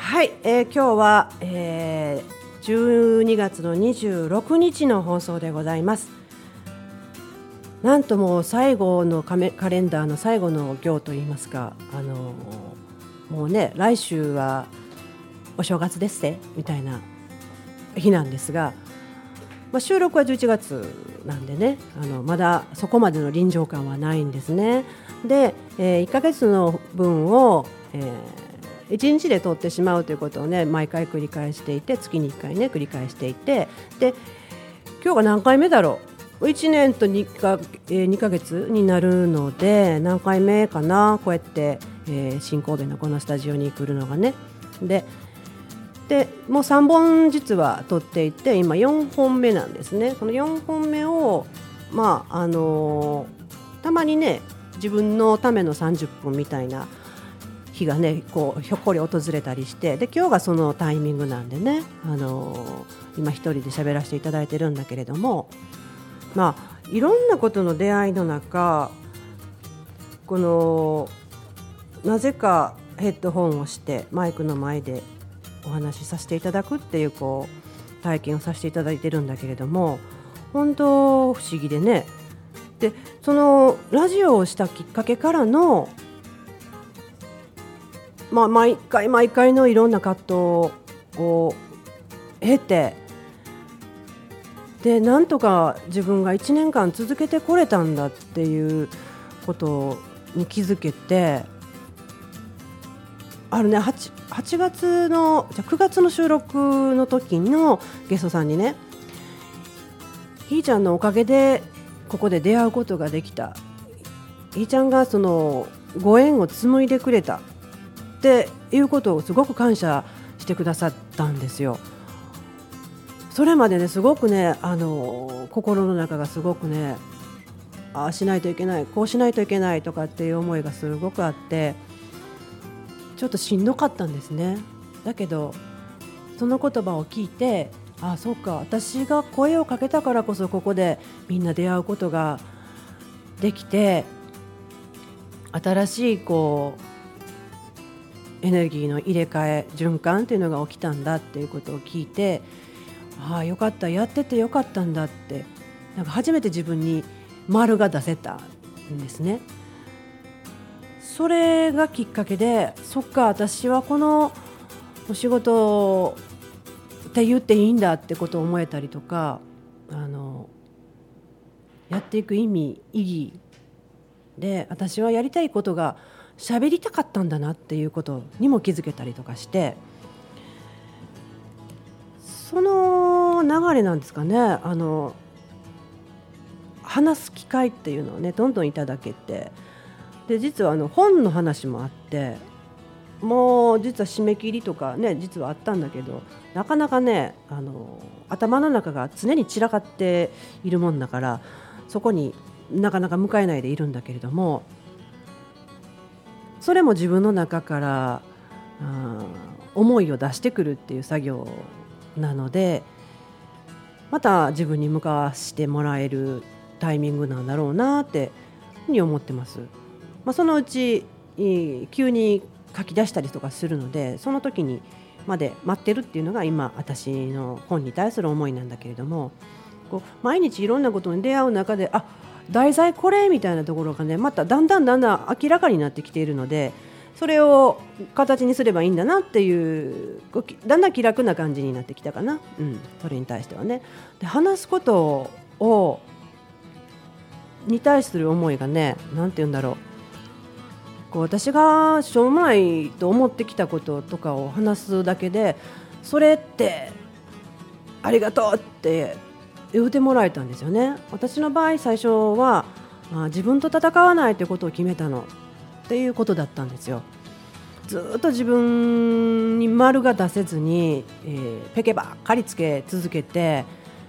はい、今日は、12月の26日の放送でございます。なんともう最後のカレンダーの最後の行といいますか、もうね来週はお正月ですねみたいな日なんですが、収録は11月なんでね、まだそこまでの臨場感はないんですね。で、1ヶ月の分を、1日で撮ってしまうということをね毎回繰り返していて、月に1回ね繰り返していて、で今日が何回目だろう、1年と2ヶ月になるので何回目かな、こうやって、新神戸のこのスタジオに来るのがね。でもう3本実は撮っていて、今4本目なんですね。この4本目をたまにね自分のための30分みたいな日がねこうひょっこり訪れたりして、で今日がそのタイミングなんでね、今一人で喋らせていただいてるんだけれども、いろんなことの出会いの中、このなぜかヘッドホンをしてマイクの前でお話しさせていただくっていう体験をさせていただいてるんだけれども、本当不思議でね。でそのラジオをしたきっかけからの、毎回のいろんな葛藤を経て、でなんとか自分が1年間続けてこれたんだっていうことに気づけて、8月の9月の収録の時のゲストさんにね、ひーちゃんのおかげでここで出会うことができた、ひーちゃんがそのご縁を紡いでくれたっていうことをすごく感謝してくださったんですよ。それまでねすごくね、心の中がすごくね、ああしないといけない、こうしないといけないとかっていう思いがすごくあって、ちょっとしんどかったんですね。だけどその言葉を聞いて、そうか、私が声をかけたからこそここでみんな出会うことができて、新しいエネルギーの入れ替え循環っていうのが起きたんだっていうことを聞いて、よかった、やっててよかったんだって、なんか初めて自分に丸が出せたんですね。それがきっかけで、そっか、私はこのお仕事って言っていいんだってことを思えたりとか、やっていく意義で、私はやりたいことが喋りたかったんだなっていうことにも気づけたりとかして、その流れなんですかね。話す機会っていうのをねどんどんいただけて、で実は本の話もあって、もう実は締め切りとかね実はあったんだけど、なかなかね頭の中が常に散らかっているもんだから、そこになかなか向かえないでいるんだけれども、それも自分の中から思いを出してくるっていう作業なので、また自分に向かわしてもらえるタイミングなんだろうなってふうに思ってます。そのうち急に書き出したりとかするので、その時にまで待ってるっていうのが今私の本に対する思いなんだけれども、毎日いろんなことに出会う中で、題材これみたいなところがねまただんだん明らかになってきているので、それを形にすればいいんだなっていう、だんだん気楽な感じになってきたかな、それに対してはね。で話すことに対する思いがね、なんて言うんだろう、私がしょうもないと思ってきたこととかを話すだけで、それってありがとうって言うてもらえたんですよね。私の場合最初は、自分と戦わないということを決めたのっていうことだったんですよ。ずっと自分に丸が出せずに、ペケばっかりつけ続けて、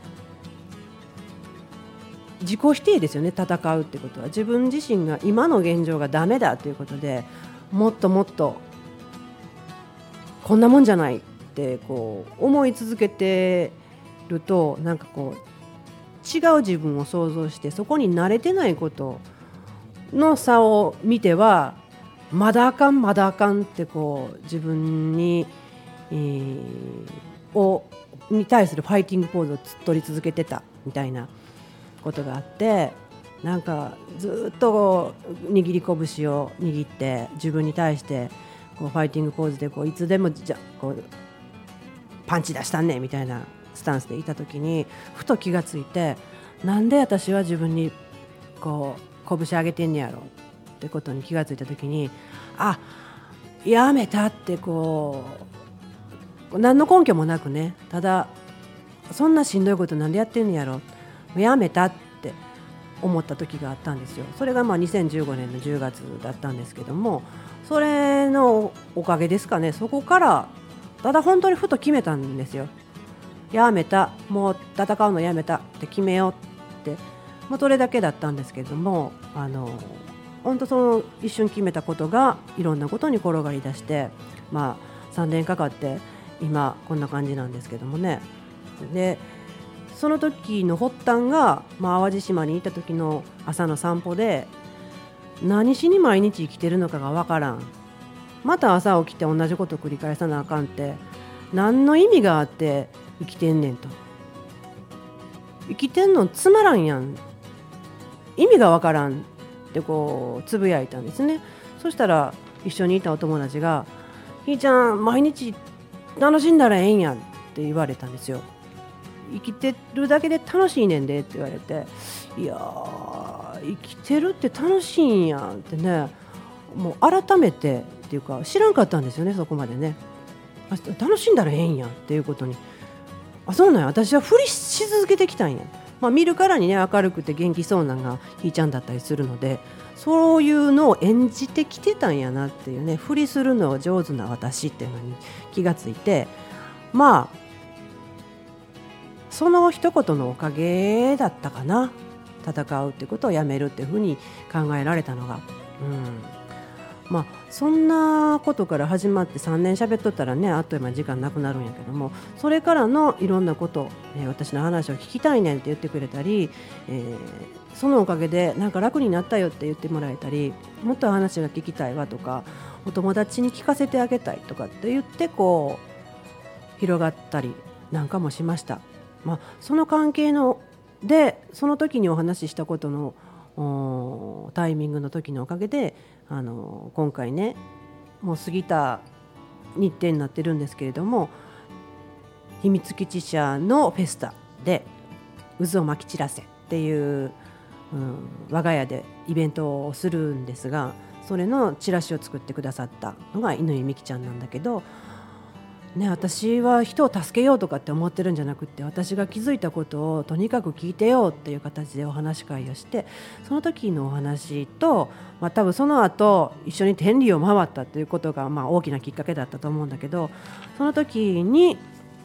自己否定ですよね。戦うってことは自分自身が今の現状がダメだということで、もっともっとこんなもんじゃないって思い続けてると、なんか違う自分を想像して、そこに慣れてないことの差を見ては、まだあかんまだあかんって自分にに対するファイティングポーズを取り続けてたみたいなことがあって、なんかずっと握り拳を握って自分に対してこうファイティングポーズでこういつでもこうパンチ出したんねみたいなスタンスでいた時に、ふと気がついて、なんで私は自分にこう拳上げてんねやろってことに気がついた時に、やめたってこう何の根拠もなくね、ただそんなしんどいことなんでやってんねやろ、やめたって思った時があったんですよ。それが2015年の10月だったんですけども、それのおかげですかね。そこからただ本当にふと決めたんですよ。やめた、もう戦うのやめたって決めようって、それだけだったんですけども、本当その一瞬決めたことがいろんなことに転がり出して、3年かかって今こんな感じなんですけどもね。でその時の発端が、淡路島にいた時の朝の散歩で、何しに毎日生きてるのかがわからん、また朝起きて同じことを繰り返さなあかんって何の意味があって生きてんねんと、生きてんのつまらんやん、意味がわからんってこうつぶやいたんですね。そしたら一緒にいたお友達が、ひーちゃん毎日楽しんだらええんやんって言われたんですよ。生きてるだけで楽しいねんでって言われて、いや生きてるって楽しいんやんってね、もう改めてっていうか知らんかったんですよね、そこまでね。楽しんだらええんやんっていうことに、そうなんや、私はふりし続けてきたんや。見るからにね明るくて元気そうなのがひーちゃんだったりするので、そういうのを演じてきてたんやなっていうね、ふりするの上手な私っていうのに気がついて、その一言のおかげだったかな、戦うってことをやめるっていうふうに考えられたのが。そんなことから始まって3年喋っとったらね、あっという間に時間なくなるんやけども、それからのいろんなこと、私の話を聞きたいねんって言ってくれたり、そのおかげでなんか楽になったよって言ってもらえたり、もっと話が聞きたいわとか、お友達に聞かせてあげたいとかって言ってこう広がったりなんかもしました。その関係でその時にお話ししたことのタイミングの時のおかげで、今回ねもう過ぎた日程になってるんですけれども、秘密基地社のフェスタで渦をまき散らせっていう、我が家でイベントをするんですが、それのチラシを作ってくださったのが乾美希ちゃんなんだけどね、私は人を助けようとかって思ってるんじゃなくって、私が気づいたことをとにかく聞いてよっていう形でお話し会をして、その時のお話と、多分その後一緒に天理を回ったということが大きなきっかけだったと思うんだけど、その時に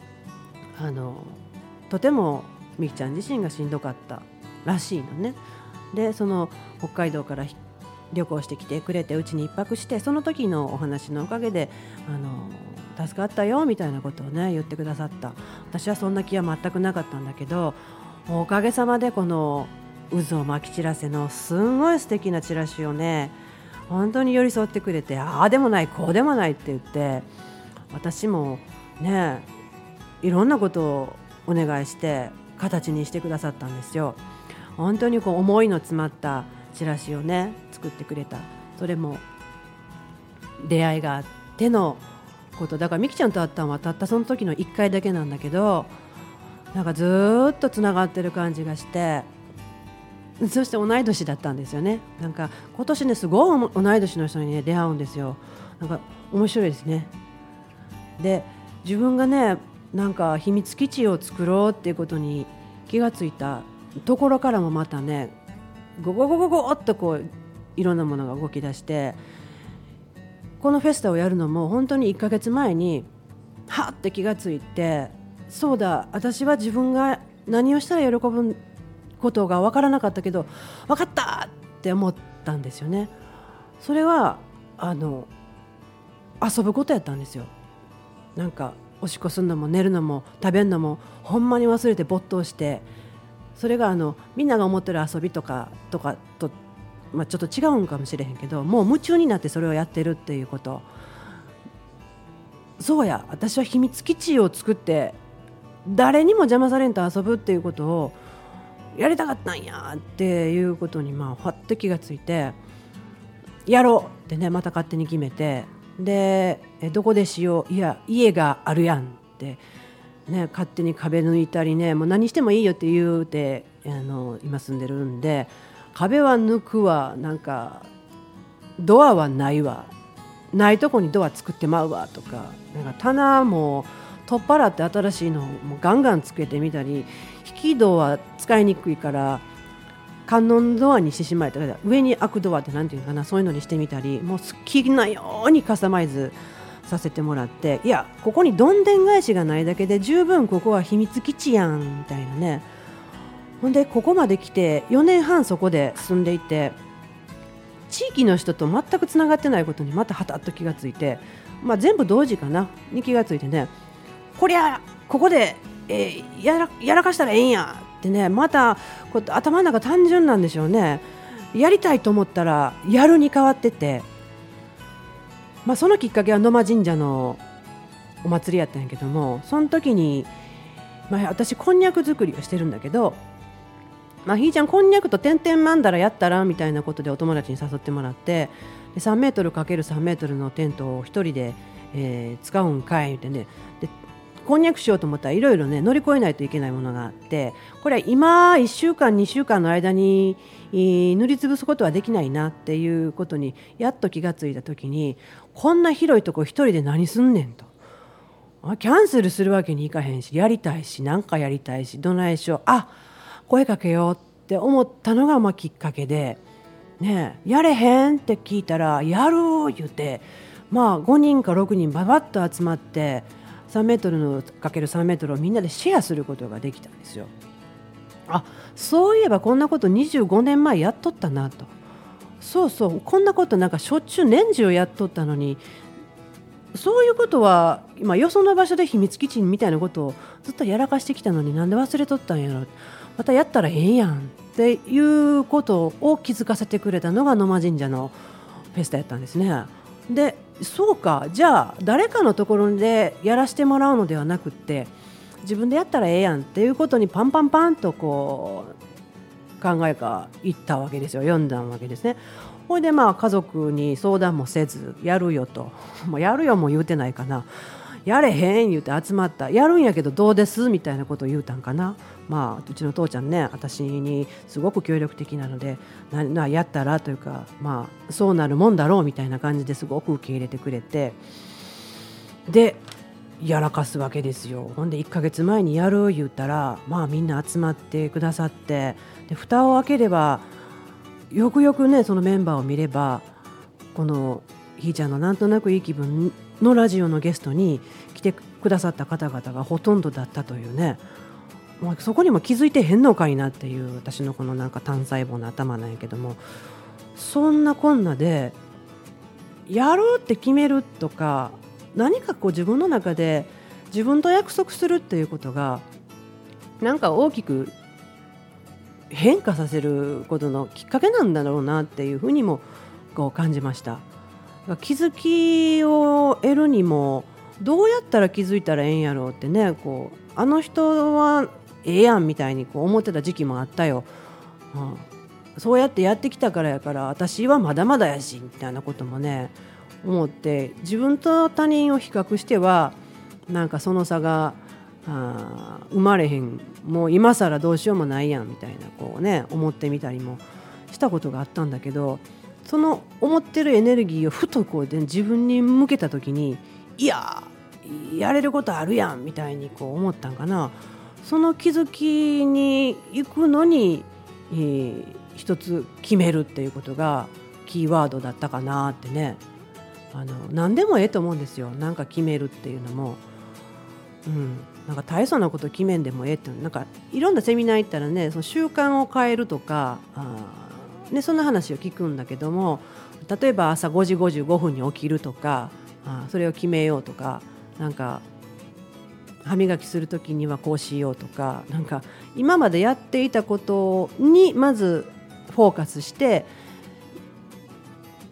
とてもみきちゃん自身がしんどかったらしいのね。でその北海道から旅行してきてくれて、うちに一泊して、その時のお話のおかげで助かったよみたいなことをね言ってくださった。私はそんな気は全くなかったんだけど、おかげさまでこの渦をまき散らせのすんごい素敵なチラシをね本当に寄り添ってくれて、ああでもないこうでもないって言って、私もねいろんなことをお願いして形にしてくださったんですよ。本当にこう思いの詰まったチラシをね作ってくれた。それも出会いがあってのことだから、みきちゃんと会ったのはたったその時の1回だけなんだけど、なんかずっとつながってる感じがして、そして同い年だったんですよね。なんか今年ねすごい同い年の人に、ね、出会うんですよ。なんか面白いですね。で自分がねなんか秘密基地を作ろうっていうことに気がついたところからもまたねゴゴゴゴゴっとこういろんなものが動き出して、このフェスタをやるのも本当に1ヶ月前にはって気がついて、そうだ私は自分が何をしたら喜ぶことが分からなかったけど分かったって思ったんですよね。それは遊ぶことやったんですよ。なんかおしっこするのも寝るのも食べるのもほんまに忘れて没頭して、それがみんなが思ってる遊びとかと、ちょっと違うんかもしれへんけど、もう夢中になってそれをやってるっていうこと、 そうや、私は秘密基地を作って誰にも邪魔されんと遊ぶっていうことをやりたかったんやっていうことにはっと気がついて、やろうってね、また勝手に決めて、でどこでしよう、いや家があるやんってね、勝手に壁抜いたりね、もう何してもいいよって言うて今住んでるんで、壁は抜くわ、なんかドアはないわ、ないとこにドア作ってまうわとか、なんか棚も取っ払って新しいのをもうガンガンつけてみたり、引き戸は使いにくいから観音ドアにしてしまえたら、上に開くドアってなんていうかな、そういうのにしてみたり、もう好きなようにカスタマイズさせてもらって、いやここにどんでん返しがないだけで十分ここは秘密基地やんみたいなね。ほんでここまで来て4年半そこで住んでいて、地域の人と全くつながってないことにまたはたっと気がついて、全部同時かなに気がついてね、こりゃここで、やらかしたらええんやってね、またこう頭の中単純なんでしょうね。やりたいと思ったらやるに変わってて、そのきっかけは野間神社のお祭りやったんやけども、その時に、私こんにゃく作りをしてるんだけど、ひーちゃんこんにゃくとてんてんまんだらやったらみたいなことでお友達に誘ってもらって、で3メートル ×3 メートルのテントを一人で、使うんかいってね、でこんにゃくしようと思ったらいろいろね乗り越えないといけないものがあって、これは今1週間2週間の間に塗りつぶすことはできないなっていうことにやっと気がついた時に、こんな広いとこ一人で何すんねんと、キャンセルするわけにいかへんし、やりたいし、なんかやりたいし、どないしよう、声かけようって思ったのがきっかけで、ね、やれへんって聞いたらやる言うて、5人か6人ババッと集まって3メートルの ×3 メートルをみんなでシェアすることができたんですよ。そういえばこんなこと25年前やっとったなと。そうそう、こんなことなんかしょっちゅう年中やっとったのに、そういうことは今よその場所で秘密基地みたいなことをずっとやらかしてきたのになんで忘れとったんやろ、またやったらええやんっていうことを気づかせてくれたのが野間神社のフェスタやったんですね。で、そうか、じゃあ誰かのところでやらせてもらうのではなくって、自分でやったらええやんっていうことにパンパンパンとこう考えがいったわけですよ。読んだわけですね。ほいで家族に相談もせずやるよと、もうやるよも言うてないかな、やれへん言うて集まった、やるんやけどどうですみたいなことを言うたんかな。うちの父ちゃんね、私にすごく協力的なので、やったらというか、そうなるもんだろうみたいな感じですごく受け入れてくれて、でやらかすわけですよ。ほんで1ヶ月前にやる言ったら、みんな集まってくださって、で蓋を開ければよくよくね、そのメンバーを見れば、このひーちゃんのなんとなくいい気分のラジオのゲストに来てくださった方々がほとんどだったというね、そこにも気づいてへんのかいなっていう私のこのなんか単細胞の頭なんやけども、そんなこんなでやるって決めるとか、何かこう自分の中で自分と約束するっていうことがなんか大きく変化させることのきっかけなんだろうなっていうふうにもこう感じました。気づきを得るにもどうやったら気づいたらええんやろうってね、こうあの人はええやんみたいにこう思ってた時期もあったよ、そうやってやってきたからやから私はまだまだやしみたいなこともね思って、自分と他人を比較してはなんかその差が生まれへん、もう今更どうしようもないやんみたいなこうね思ってみたりもしたことがあったんだけど、その思ってるエネルギーをふとこうで自分に向けた時に、いややれることあるやんみたいにこう思ったんかな。その気づきに行くのに、一つ決めるっていうことがキーワードだったかなってね。何でもええと思うんですよ。なんか決めるっていうのも、なんか大層なこと決めんでもええって、なんかいろんなセミナー行ったらね、その習慣を変えるとかそんな話を聞くんだけども、例えば朝5時55分に起きるとか、それを決めようとか、なんか歯磨きするときにはこうしようとか、なんか今までやっていたことにまずフォーカスして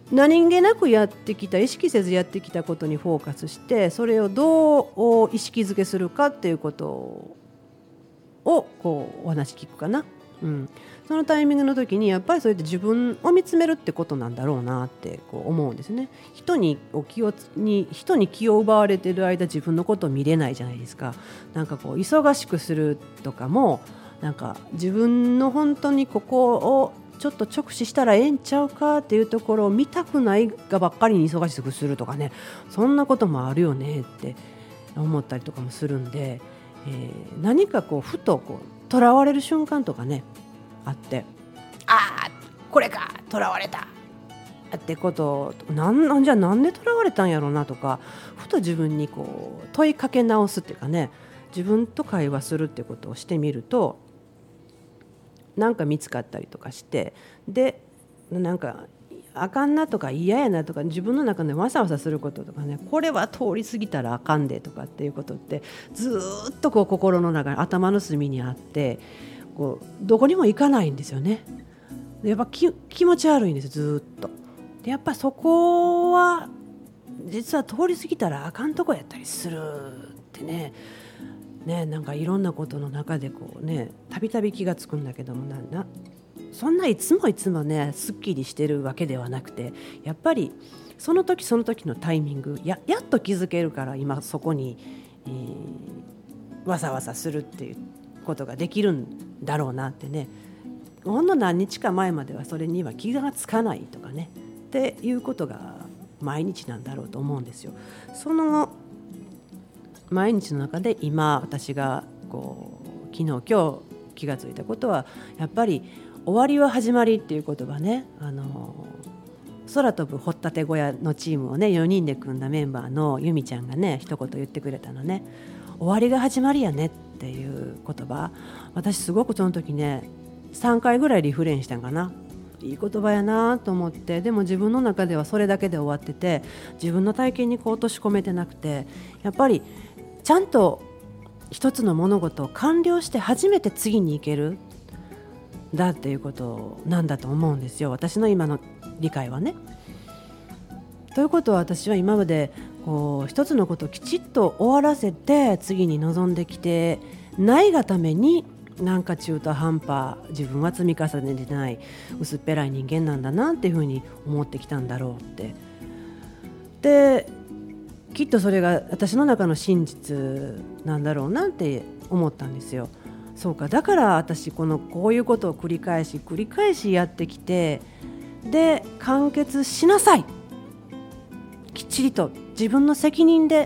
何気なくやってきた、意識せずやってきたことにフォーカスして、それをどう意識づけするかっていうことをこうお話聞くかな、そのタイミングの時にやっぱりそうやって自分を見つめるってことなんだろうなってこう思うんですね。人に気を奪われている間、自分のことを見れないじゃないですか。なんかこう忙しくするとかも、なんか自分の本当にここをちょっと直視したらええんちゃうかっていうところを見たくないがばっかりに忙しくするとかね、そんなこともあるよねって思ったりとかもするんで、何かこうふととらわれる瞬間とかねあって、これかとらわれたってことじゃあなんでとらわれたんやろうなとか、ふと自分にこう問いかけ直すっていうかね、自分と会話するってことをしてみると、なんか見つかったりとかして、でなんかあかんなとか嫌やなとか、自分の中でわさわさすることとかね、これは通り過ぎたらあかんでとかっていうことってずっとこう心の中に、頭の隅にあって、こうどこにも行かないんですよね。やっぱ気持ち悪いんですよ、ずっと。でやっぱそこは実は通り過ぎたらあかんとこやったりするってね、なんかいろんなことの中でこうね、たびたび気がつくんだけども、そんないつもねすっきりしてるわけではなくて、やっぱりその時その時のタイミング、やっと気づけるから今そこに、わさわさするっていうことができるんだろうなってね。ほんの何日か前まではそれには気がつかないとかねっていうことが毎日なんだろうと思うんですよ。その毎日の中で今私がこう昨日今日気がついたことは、やっぱり終わりは始まりっていう言葉ね、空飛ぶ掘ったて小屋のチームをね4人で組んだメンバーの由美ちゃんがね一言言ってくれたのね。終わりが始まりやねっていう言葉、私すごくその時ね3回ぐらいリフレインしたんかな。いい言葉やなと思って、でも自分の中ではそれだけで終わってて、自分の体験にこう落とし込めてなくて、やっぱりちゃんと一つの物事を完了して初めて次に行けるだっていうことなんだと思うんですよ、私の今の理解はね。ということは、私は今までこう一つのことをきちっと終わらせて次に臨んできてないがために、なんか中途半端、自分は積み重ねてない薄っぺらい人間なんだなっていうふうに思ってきたんだろうって。できっとそれが私の中の真実なんだろうなって思ったんですよ。そうか、だから私こういうことを繰り返しやってきて、で完結しなさい、きっちりと自分の責任で、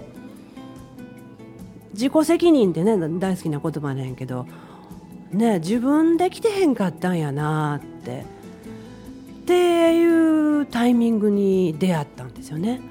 自己責任ってね大好きな言葉なんやけどね、自分で来てへんかったんやなっていうタイミングに出会ったんですよね。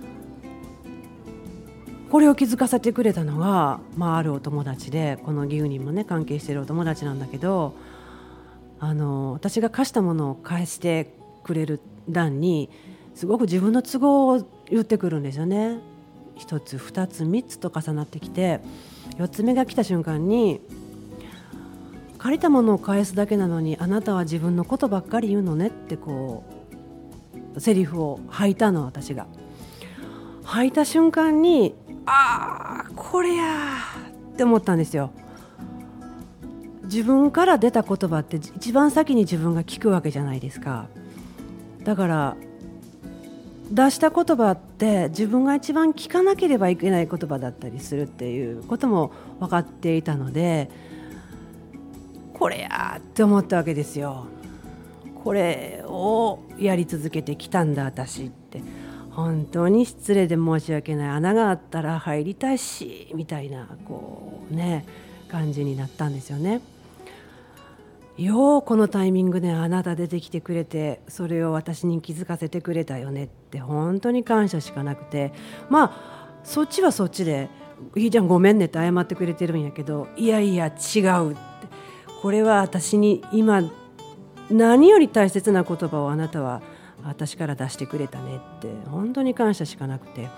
これを気づかせてくれたのが、あるお友達で、この岐阜にもね関係しているお友達なんだけど、私が貸したものを返してくれる段にすごく自分の都合を言ってくるんですよね。1つ2つ3つと重なってきて、4つ目が来た瞬間に、借りたものを返すだけなのにあなたは自分のことばっかり言うのねってこうセリフを吐いたの。私が吐いた瞬間に、これやって思ったんですよ。自分から出た言葉って一番先に自分が聞くわけじゃないですか。だから出した言葉って自分が一番聞かなければいけない言葉だったりするっていうことも分かっていたので、これやって思ったわけですよ。これをやり続けてきたんだ私って。本当に失礼で申し訳ない、穴があったら入りたいしみたいな感じになったんですよね。ようこのタイミングであなた出てきてくれて、それを私に気づかせてくれたよねって本当に感謝しかなくて、そっちはそっちでいいじゃんごめんねって謝ってくれてるんやけど、いや違うって、これは私に今何より大切な言葉をあなたは私から出してくれたねって本当に感謝しかなくて、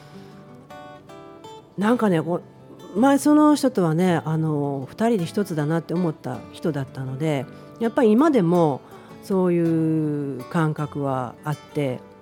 前その人とはね2人で一つだなって思った人だったので、やっぱり今でもそういう感覚はあって、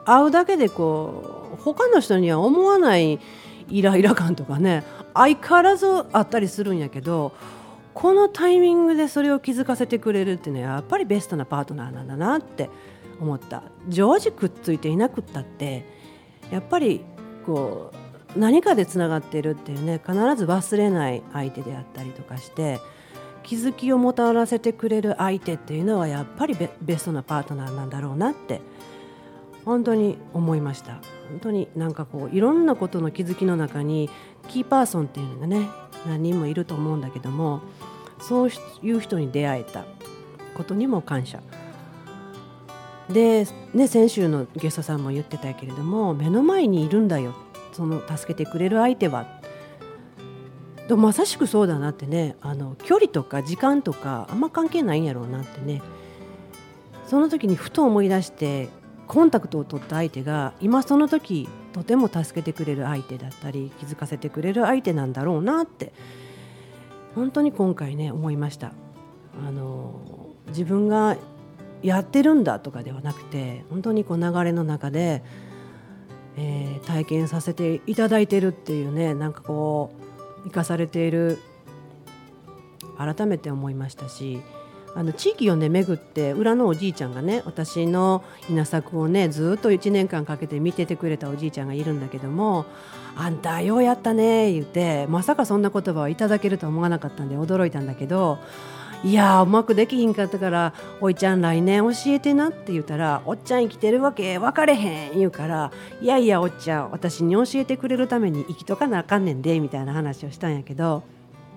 会うだけで他の人には思わないイライラ感とかね相変わらずあったりするんやけど、このタイミングでそれを気づかせてくれるっていうのはやっぱりベストなパートナーなんだなって思った。常時くっついていなくったってやっぱり何かでつながっているっていうね、必ず忘れない相手であったりとかして気づきをもたらせてくれる相手っていうのはやっぱりベストなパートナーなんだろうなって本当に思いました。本当にいろんなことの気づきの中にキーパーソンっていうのがね何人もいると思うんだけども、そういう人に出会えたことにも感謝で、ね、先週のゲストさんも言ってたけれども、目の前にいるんだよ、その助けてくれる相手は。まさしくそうだなってね、距離とか時間とかあんま関係ないんやろうなってね、その時にふと思い出してコンタクトを取った相手が今その時とても助けてくれる相手だったり気づかせてくれる相手なんだろうなって本当に今回ね思いました。自分がやってるんだとかではなくて、本当に流れの中で、体験させていただいてるっていうね、生かされている改めて思いましたし、地域をね巡って裏のおじいちゃんがね、私の稲作をねずっと1年間かけて見ててくれたおじいちゃんがいるんだけども、あんたようやったね言って、まさかそんな言葉をいただけるとは思わなかったんで驚いたんだけど、いやうまくできひんかったからおいちゃん来年教えてなって言ったら、おっちゃん生きてるわけ分かれへん言うから、いやいやおっちゃん私に教えてくれるために生きとかなあかんねんでみたいな話をしたんやけど、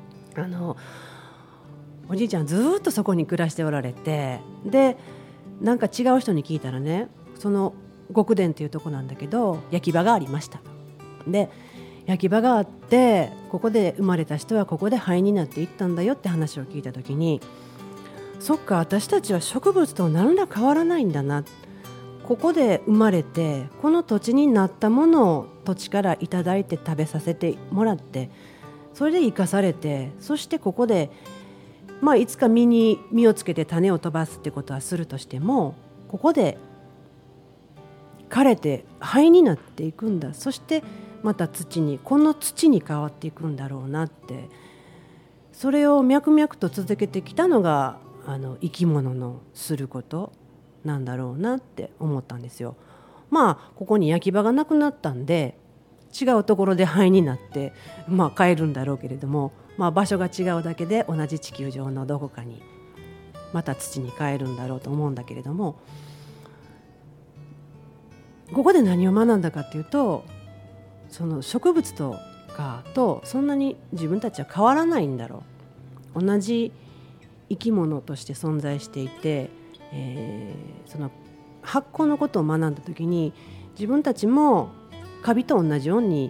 おじいちゃんずっとそこに暮らしておられて、で違う人に聞いたらね、その極殿っていうとこなんだけど焼き場がありました。で焼き場があって、ここで生まれた人はここで灰になっていったんだよって話を聞いた時に、そっか私たちは植物と何ら変わらないんだな、ここで生まれてこの土地になったものを土地からいただいて食べさせてもらって、それで生かされて、そしてここでいつか実をつけて種を飛ばすってことはするとしても、ここで枯れて灰になっていくんだ、そしてまたこの土に変わっていくんだろうなって、それを脈々と続けてきたのが生き物のすることなんだろうなって思ったんですよ。ここに焼き場がなくなったんで違うところで灰になって帰るんだろうけれども、場所が違うだけで同じ地球上のどこかにまた土に帰るんだろうと思うんだけれども、ここで何を学んだかっていうと、その植物とそんなに自分たちは変わらないんだろう、同じ生き物として存在していて、その発酵のことを学んだ時に自分たちもカビと同じように、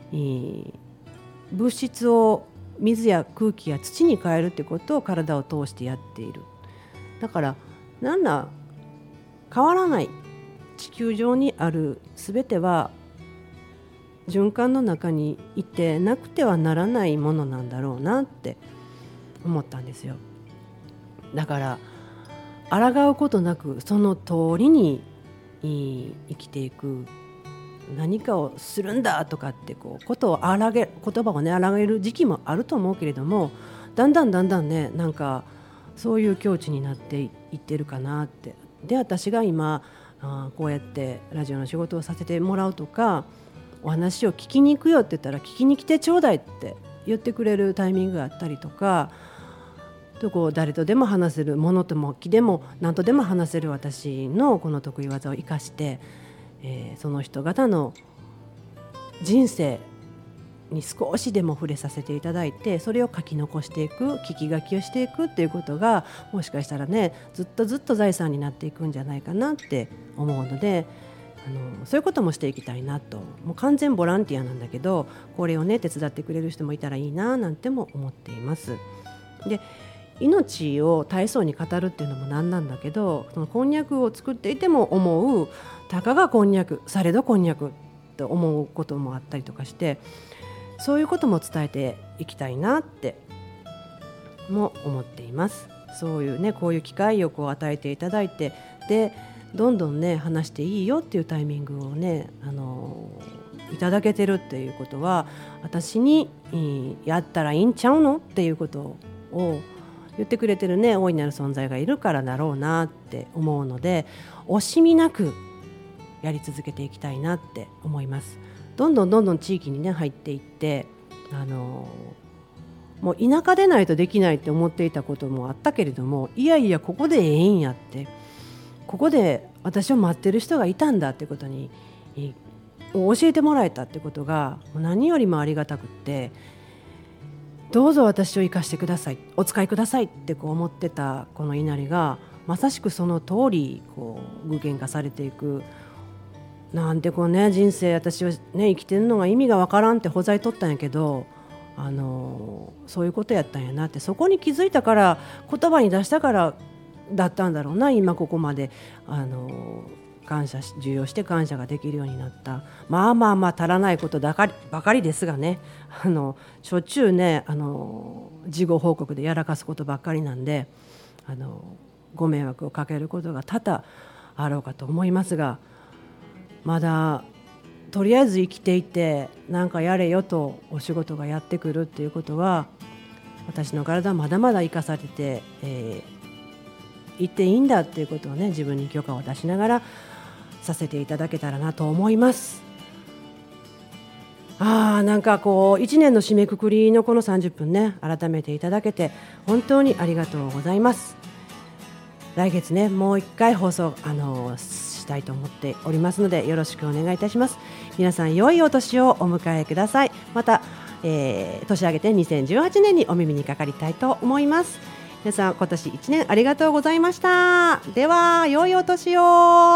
物質を水や空気や土に変えるってことを体を通してやっている。だから変わらない、地球上にあるすべては循環の中にいてなくてはならないものなんだろうなって思ったんですよ。だから抗うことなくその通りに生きていく、何かをするんだとかって言葉をね荒げる時期もあると思うけれども、だんだんねそういう境地になっていってるかなって。で私が今こうやってラジオの仕事をさせてもらうとか、お話を聞きに行くよって言ったら聞きに来てちょうだいって言ってくれるタイミングがあったりとか、誰とでも話せる、物とも木でも何とでも話せる私のこの得意技を生かして、その人方の人生に少しでも触れさせていただいて、それを書き残していく、聞き書きをしていくっていうことがもしかしたらねずっと財産になっていくんじゃないかなって思うので、そういうこともしていきたいなと。もう完全ボランティアなんだけど、これをね手伝ってくれる人もいたらいいななんても思っています。で命を大層に語るっていうのもなんなんだけど、そのこんにゃくを作っていても思う、たかがこんにゃくされどこんにゃくと思うこともあったりとかして、そういうことも伝えていきたいなっても思っています。そういうね、こういう機会を与えていただいて、でどんどんね話していいよっていうタイミングをね、いただけてるっていうことは、私に、やったらいいんちゃうのっていうことを言ってくれてるね大いなる存在がいるからだろうなって思うので、惜しみなくやり続けていきたいなって思います。どんどん地域にね入っていって、もう田舎でないとできないって思っていたこともあったけれども、いやいやここでええんやって、ここで私を待ってる人がいたんだってことに教えてもらえたってことが何よりもありがたくって、どうぞ私を生かしてください、お使いくださいってこう思ってたこの稲荷がまさしくその通りこう具現化されていく。なんてこうね、人生私はね生きてるのが意味がわからんってほざいとったんやけど、そういうことやったんやなって、そこに気づいたから言葉に出したからだったんだろうな、今ここまで感謝し受容して感謝ができるようになった。まあ足らないことばかりですがね、しょっちゅうね事後報告でやらかすことばっかりなんで、ご迷惑をかけることが多々あろうかと思いますが、まだとりあえず生きていてなんかやれよとお仕事がやってくるっていうことは、私の体はまだまだ生かされて、いっていいんだっていうことをね、自分に許可を出しながらさせていただけたらなと思います。なんかこう1年の締めくくりのこの30分ね、改めていただけて本当にありがとうございます。来月ねもう一回放送したいと思っておりますので、よろしくお願いいたします。皆さん良いお年をお迎えください。また、年明けて2018年にお耳にかかりたいと思います。皆さん今年1年ありがとうございました。では良いお年を。